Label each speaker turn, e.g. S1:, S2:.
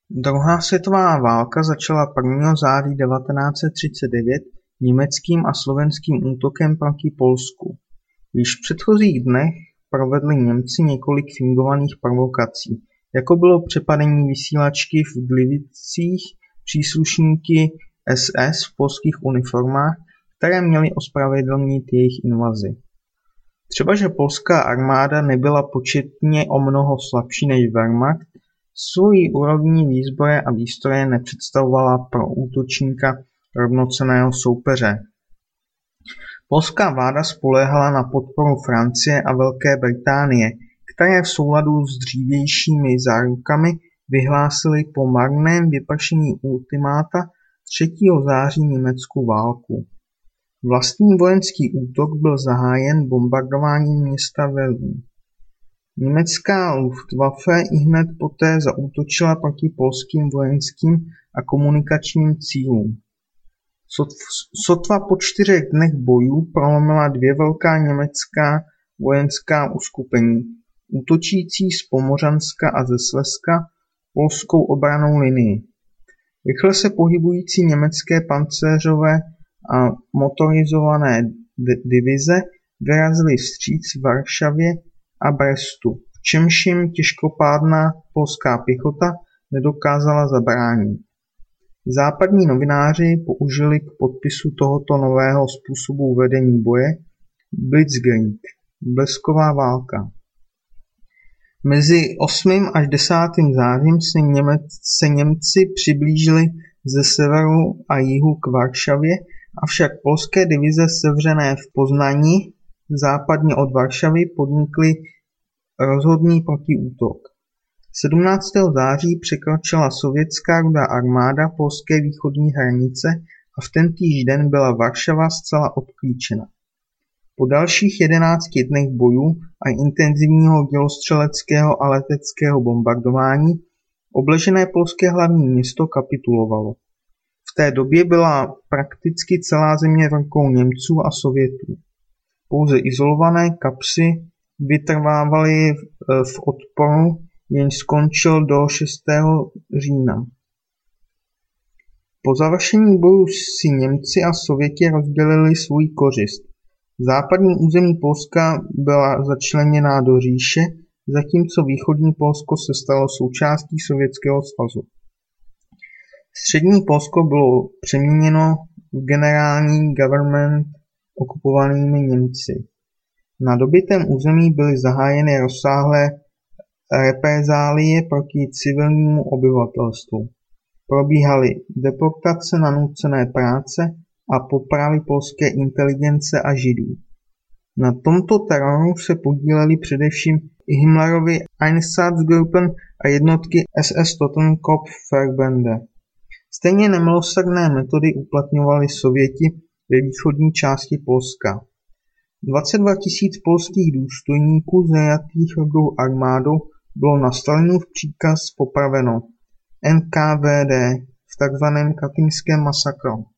S1: Druhá světová válka začala 1. září 1939 německým a slovenským útokem proti Polsku. Již v předchozích dnech provedli Němci několik fingovaných provokací, jako bylo přepadení vysílačky v Gliwicích příslušníky SS v polských uniformách, které měly ospravedlnit jejich invazi. Třeba že polská armáda nebyla početně o mnoho slabší než Wehrmacht, svojí úrovní výzbroje a výstroje nepředstavovala pro útočníka rovnocenného soupeře. Polská vláda spoléhala na podporu Francie a Velké Británie, které v souladu s dřívějšími zárukami vyhlásily po marném vypršení ultimáta 3. září Německu válku. Vlastní vojenský útok byl zahájen bombardováním města Velín. Německá Luftwaffe ihned poté zaútočila proti polským vojenským a komunikačním cílům. Sotva po 4 dnech bojů prolomila 2 velká německá vojenská uskupení, útočící z Pomořanska a ze Slezska, polskou obrannou linii. Rychle se pohybující německé pancéřové a motorizované divize vyrazily vstříc Varšavě a Brestu, v čemž jim těžkopádná polská pěchota nedokázala zabránit. Západní novináři použili k podpisu tohoto nového způsobu vedení boje Blitzkrieg, blesková válka. Mezi 8. až 10. zářím se Němci přiblížili ze severu a jihu k Varšavě, avšak polské divize sevřené v Poznani západně od Varšavy podnikly rozhodný protiútok. 17. září překročila sovětská Rudá armáda polské východní hranice a v tentýž den byla Varšava zcela obklíčena. Po dalších 11 dnech bojů a intenzivního dělostřeleckého a leteckého bombardování obležené polské hlavní město kapitulovalo. V té době byla prakticky celá země v rukou Němců a Sovětů. Pouze izolované kapsy vytrvávaly v odporu, jenž skončil do 6. října. Po završení bojů si Němci a Sověti rozdělili svůj kořist. Západní území Polska byla začleněná do říše, zatímco východní Polsko se stalo součástí Sovětského svazu. Střední Polsko bylo přeměněno v generální government okupovanými Němci. Na dobytém území byly zahájeny rozsáhlé reprezálie proti civilnímu obyvatelstvu. Probíhaly deportace na nucené práce a popravy polské inteligence a židů. Na tomto teroru se podíleli především Himmlerovy Einsatzgruppen a jednotky SS Totenkopfverbände. Stejně nemilosrdné metody uplatňovali Sověti ve východní části Polska. 22 000 polských důstojníků zajatých Rudou armádou bylo na Stalinův příkaz popraveno NKVD v tzv. Katyňském masakru.